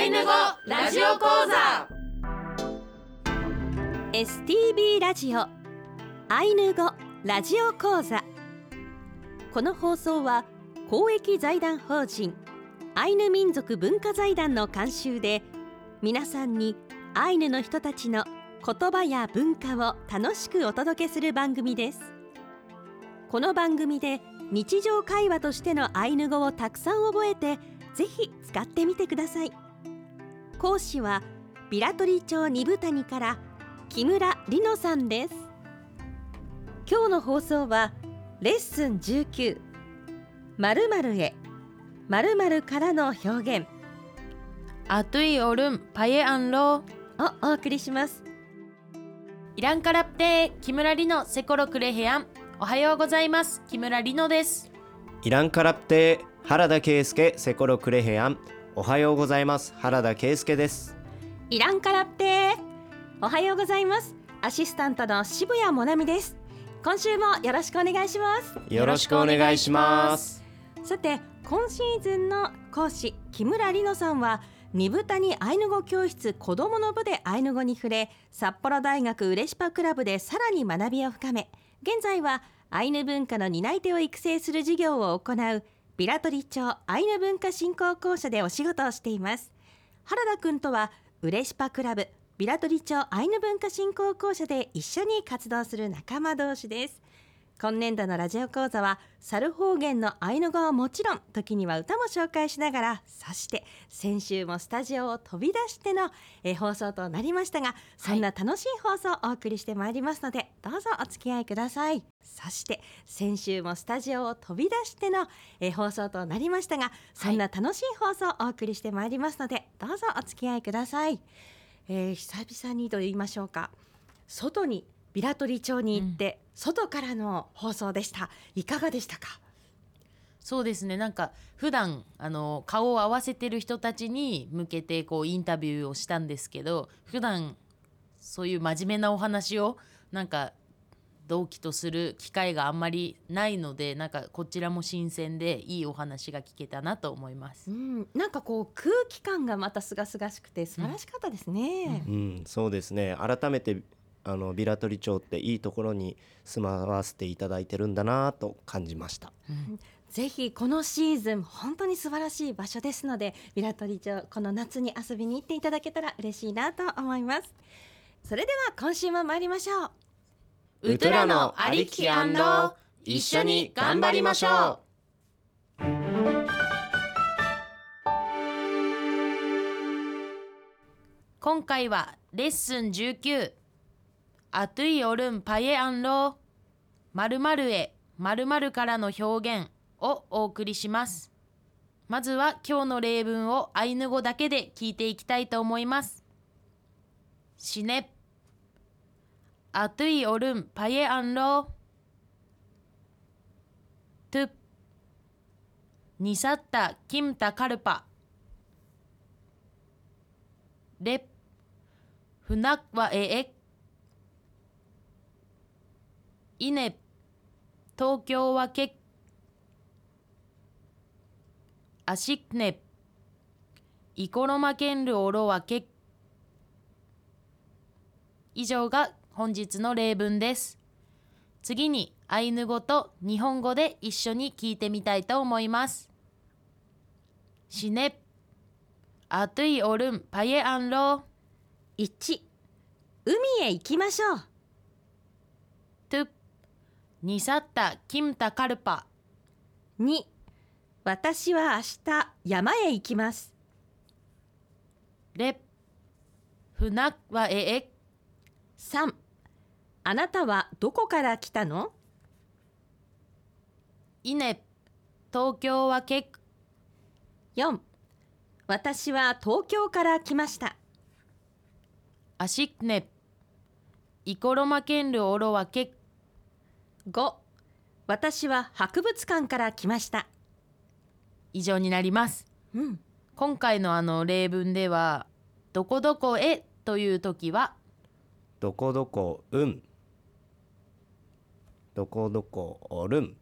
イヌ語ラジオ講座 STB ラジオアイヌ語ラジオ講座。この放送は公益財団法人アイヌ民族文化財団の監修で、皆さんにアイヌの人たちの言葉や文化を楽しくお届けする番組です。この番組で日常会話としてのアイヌ語をたくさん覚えて、ぜひ使ってみてください。講師はビラトリ町二部谷から木村里乃さんです。今日の放送はレッスン19、〇〇へ〇〇からの表現アトゥイオルンパイエアンローをお送りします。 イランカラプテー木村里乃セコロクレヘアン。おはようございます。木村里乃です。 イランカラプテ原田圭介セコロクレヘアン。おはようございます。原田圭介です。 イランカラプテおはようございます。アシスタントの渋谷もなみです。今週もよろしくお願いします。 よろしくお願いします。 さて、今シーズンの講師木村里乃さんは二部谷アイヌ語教室子どもの部でアイヌ語に触れ、札幌大学ウレシパクラブでさらに学びを深め、現在はアイヌ文化の担い手を育成する事業を行うビラトリ町アイヌ文化振興公社でお仕事をしています。原田くんとはウレシパクラブビラトリ町アイヌ文化振興公社で一緒に活動する仲間同士です。今年度のラジオ講座は猿方言のアイヌ語はもちろん、時には歌も紹介しながら、そして先週もスタジオを飛び出しての放送となりましたが、そんな楽しい放送をお送りしてまいりますので、どうぞお付き合いください。そして先週もスタジオを飛び出しての放送となりましたが、そんな楽しい放送をお送りしてまいりますので、どうぞお付き合いください。久々にと言いましょうか、外にビラトリ町に行って、外からの放送でした。いかがでしたか？ そうですね、なんか普段顔を合わせてる人たちに向けてインタビューをしたんですけど、普段そういう真面目なお話をなんか同期とする機会があんまりないので、なんかこちらも新鮮でいいお話が聞けたなと思います。 なんか空気感がまたすがすがしくて素晴らしかったですね。 そうですね。改めてビラトリ町っていいところに住まわせていただいてるんだなと感じました。 ぜひこのシーズン本当に素晴らしい場所ですので、ビラトリ町この夏に遊びに行っていただけたら嬉しいなと思います。それでは今週も参りましょう。 ウトラのありきアンロ一緒に頑張りましょう。今回はレッスン19、アトゥイオルンパイエアンロー〇〇へ〇〇からの表現をお送りします。まずは今日の例文をアイヌ語だけで聞いていきたいと思います。シネアトゥイオルンパイエアンロートゥニサッタキムタカルパレフナッワエエイネ東京はけアシクネイコロマケンルオロワケ。以上が本日の例文です。次にアイヌ語と日本語で一緒に聞いてみたいと思います。シネアトゥイオルンパイエアンロー 1、海へ行きましょう。 トゥニサッタキムタカルパ。 2、私は明日山へ行きます。 レフナッワエエ。 3、あなたはどこから来たの？ イネ東京はけ。 4、私は東京から来ました。 アシクネイコロマケンルオロワケ。 5、私は博物館から来ました。 以上になります。今回の例文では、どこどこへという時はどこどこどこどこおるん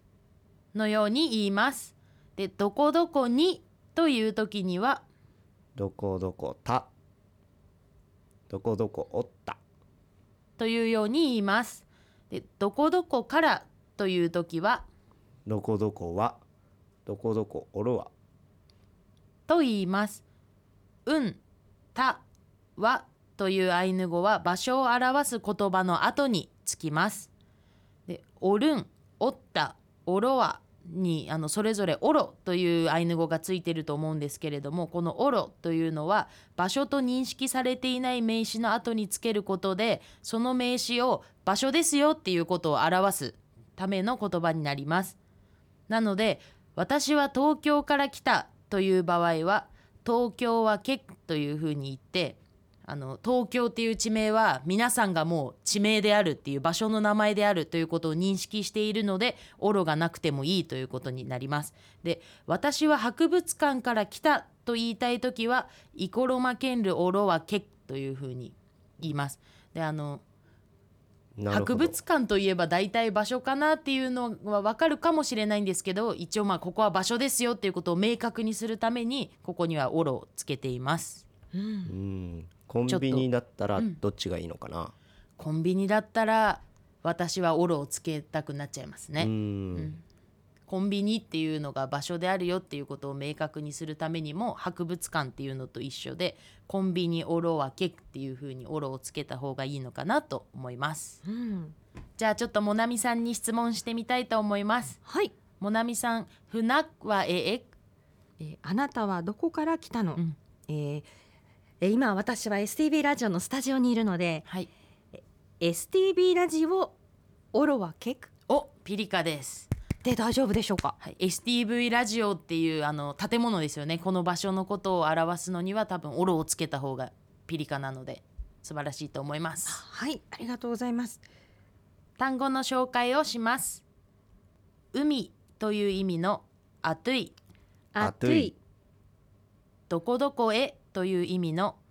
のように言います。で、どこどこにという時にはどこどこた、どこどこおった。 というように言います。で、どこどこからという時はどこどこは、どこどこおるわ。 と言います。た、はというアイヌ語は場所を表す言葉の後につきます。で、おるん、おった、おろわにそれぞれおろというアイヌ語がついていると思うんですけれども、このおろというのは場所と認識されていない名詞の後につけることで、その名詞を場所ですよっていうことを表すための言葉になります。なので、私は東京から来たという場合は、東京はけというふうに言って、東京っていう地名は皆さんがもう地名であるっていう場所の名前であるということを認識しているので、オロがなくてもいいということになります。で、私は博物館から来たと言いたいときは、イコロマケンルオロはけというふうに言います。で、 なるほど。 博物館といえば大体場所かなっていうのは分かるかもしれないんですけど、一応ここは場所ですよっていうことを明確にするために、ここにはオロをつけています。 コンビニだったらどっちがいいのかな。 コンビニだったら私はオロをつけたくなっちゃいますね。コンビニっていうのが場所であるよっていうことを明確にするためにも、博物館っていうのと一緒で、コンビニオロはけっていうふうにオロをつけた方がいいのかなと思います。じゃあちょっとモナミさんに質問してみたいと思います。 はい。 モナミさん、フナはあなたはどこから来たの？今私は STB ラジオのスタジオにいるので、 はい、 STB ラジオオロはケクピリカですで大丈夫でしょうか？ はい、STV ラジオっていう建物ですよね。この場所のことを表すのには多分オロをつけた方がピリカなので素晴らしいと思います。 はい、ありがとうございます。 単語の紹介をします。海という意味のアトゥイ、 あとい、 どこどこへという意味の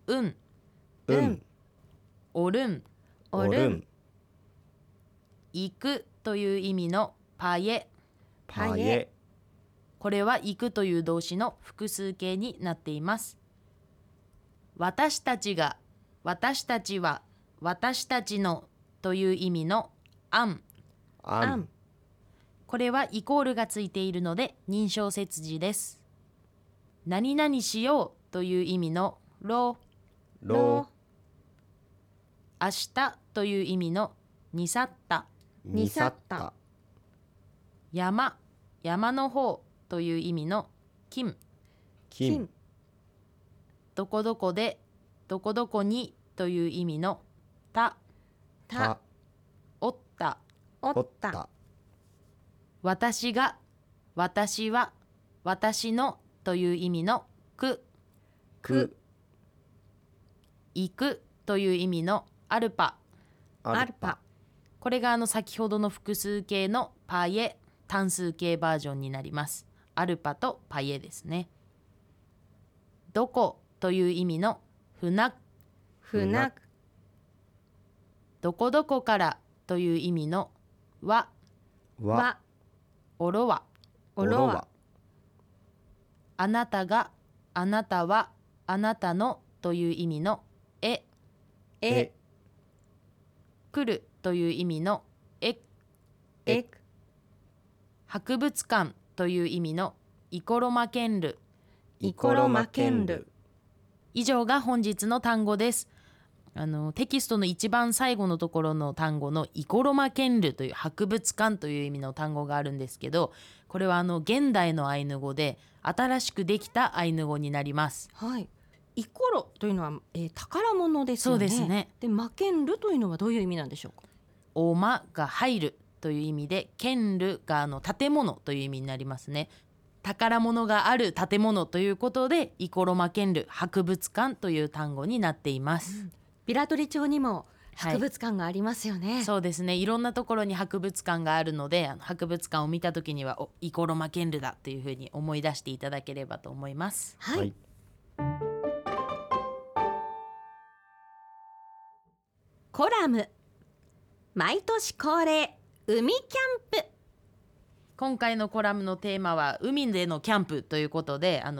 おるん、 おるん、 行くという意味のパエ、 パエ、 これは行くという動詞の複数形になっています。私たちが、私たちは、私たちのという意味のアン、 アン、 これはイコールがついているので認証接字です。何々しようという意味のロ、 ロ、 明日という意味のにさった、 にさった、 山、山の方という意味の金、 金、 どこどこで、どこどこにという意味のた、 た、 おった、 おおっ、 ったた、 私が、私は、私のという意味のく、 く、 行くという意味のアルパ、 アルパ、 これが先ほどの複数形のパイエ、単数形バージョンになります。アルパとパイエですね。どこという意味のふな、 ふな、 どこどこからという意味のわ、 わ、 わ、 おろわ、 おろわ、 あなたが、あなたは、あなたのという意味のえ、 え、 来るという意味のえ、 え、 博物館という意味のイコロマケンル。 イコロマケンル。 以上が本日の単語です。テキストの一番最後のところの単語のイコロマケンルという博物館という意味の単語があるんですけど、これは現代のアイヌ語で新しくできたアイヌ語になります。 はい。イコロというのは、宝物ですよね。 そうですね。 で、マケンルというのはどういう意味なんでしょうか？ おまが入るという意味で、ケンルが建物という意味になりますね。宝物がある建物ということで、イコロマケンル博物館という単語になっています。 ビラトリ町にも博物館がありますよね。 そうですね。いろんなところに博物館があるので、博物館を見た時にはイコロマケンルだというふうに思い出していただければと思います。 はい。 はい、 コラム、毎年恒例海キャンプ。 今回のコラムのテーマは海でのキャンプということで、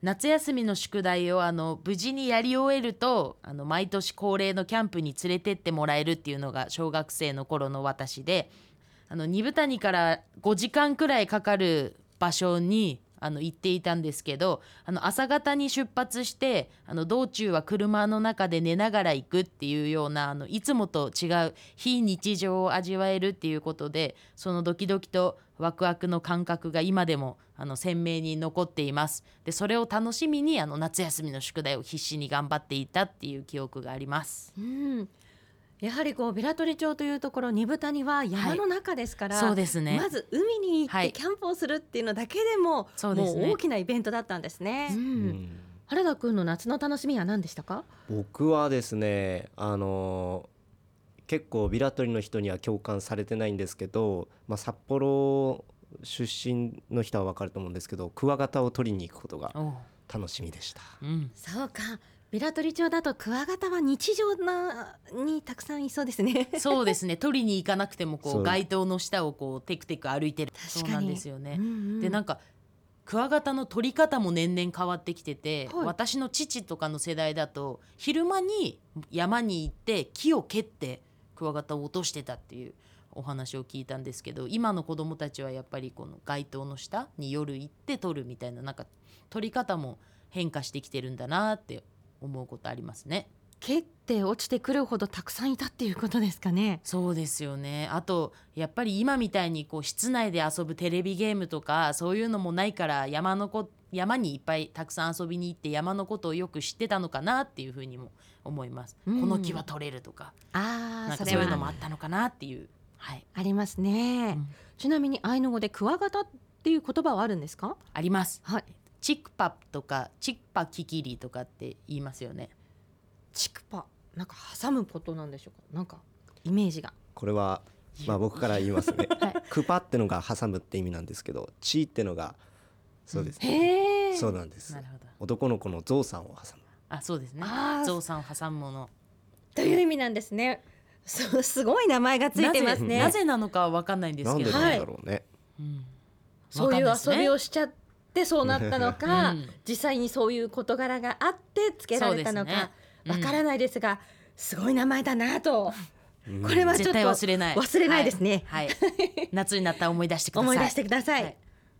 夏休みの宿題を無事にやり終えると毎年恒例のキャンプに連れてってもらえるっていうのが小学生の頃の私で、二部谷から5時間くらいかかる場所に行っていたんですけど、朝方に出発して道中は車の中で寝ながら行くっていうようないつもと違う非日常を味わえるっていうことで、そのドキドキとワクワクの感覚が今でも鮮明に残っています。でそれを楽しみに夏休みの宿題を必死に頑張っていたっていう記憶があります。 やはりビラ取町というところ、二部谷は山の中ですから、 そうですね。 まず海に行ってキャンプをするっていうのだけでも、 そうですね、 もう大きなイベントだったんですね。原田くんの夏の楽しみは何でしたか？ 僕はですね、結構ビラ取の人には共感されてないんですけど、札幌出身の人は分かると思うんですけど、クワガタを取りに行くことが楽しみでした。 そうか、ビラ取町だとクワガタは日常にたくさんいそうですね。 そうですね、取りに行かなくても街灯の下をテクテク歩いてる。 確かにそうなんですよね。でなんかクワガタの取り方も年々変わってきてて、私の父とかの世代だと昼間に山に行って木を蹴ってクワガタを落としてたっていうお話を聞いたんですけど、今の子どもたちはやっぱりこの街灯の下に夜行って取るみたいな、なんか取り方も変化してきてるんだなって思うことありますね。 蹴って落ちてくるほどたくさんいたっていうことですかね。 そうですよね。あとやっぱり今みたいに室内で遊ぶテレビゲームとかそういうのもないから、山にいっぱいたくさん遊びに行って山のことをよく知ってたのかなっていうふうにも思います。この木は取れるとか、なんかそういうのもあったのかなっていう、 ありますね。ちなみにアイヌ語でクワガタっていう言葉はあるんですか？ あります。チクパとかチクパキキリとかって言いますよね。 チクパ、なんか挟むことなんでしょうか？なんかイメージが。 これは僕から言いますね。クパってのが挟むって意味なんですけど、チってのがそうですね。そうなんです。 なるほど。 男の子のゾウさんを挟む。 そうですね。ゾウさんを挟むものという意味なんですね。すごい名前がついてますね。 なぜなのかは分かんないんですけど、 なんでなんだろうね。 そういう遊びをしちゃってそうなったのか、実際にそういう事柄があってつけられたのかわからないですが、すごい名前だなと。これはちょっと忘れないですね。 夏になったら思い出してください。 思い出してください。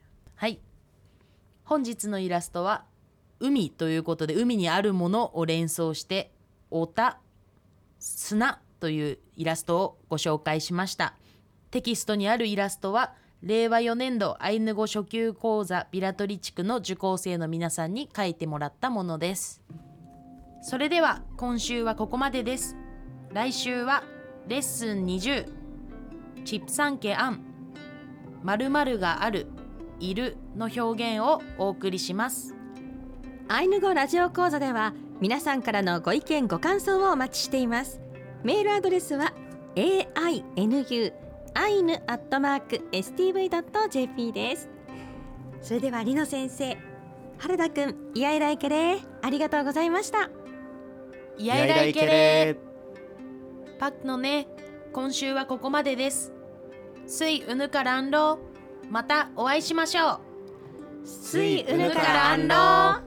本日のイラストは海ということで、海にあるものを連想しておた、砂というイラストをご紹介しました。テキストにあるイラストは令和4年度アイヌ語初級講座ビラ取地区の受講生の皆さんに書いてもらったものです。それでは今週はここまでです。来週はレッスン20、チップサンケアン、〇〇がある、いるの表現をお送りします。 アイヌ語ラジオ講座では皆さんからのご意見ご感想をお待ちしています。メールアドレスは ainu@stv.jp です。それではリノ先生、原田くん、イヤイライケレー、ありがとうございました。 イヤイライケレー。パックのね、今週はここまでです。スイウヌカランロー、またお会いしましょう。 スイウヌカランロー。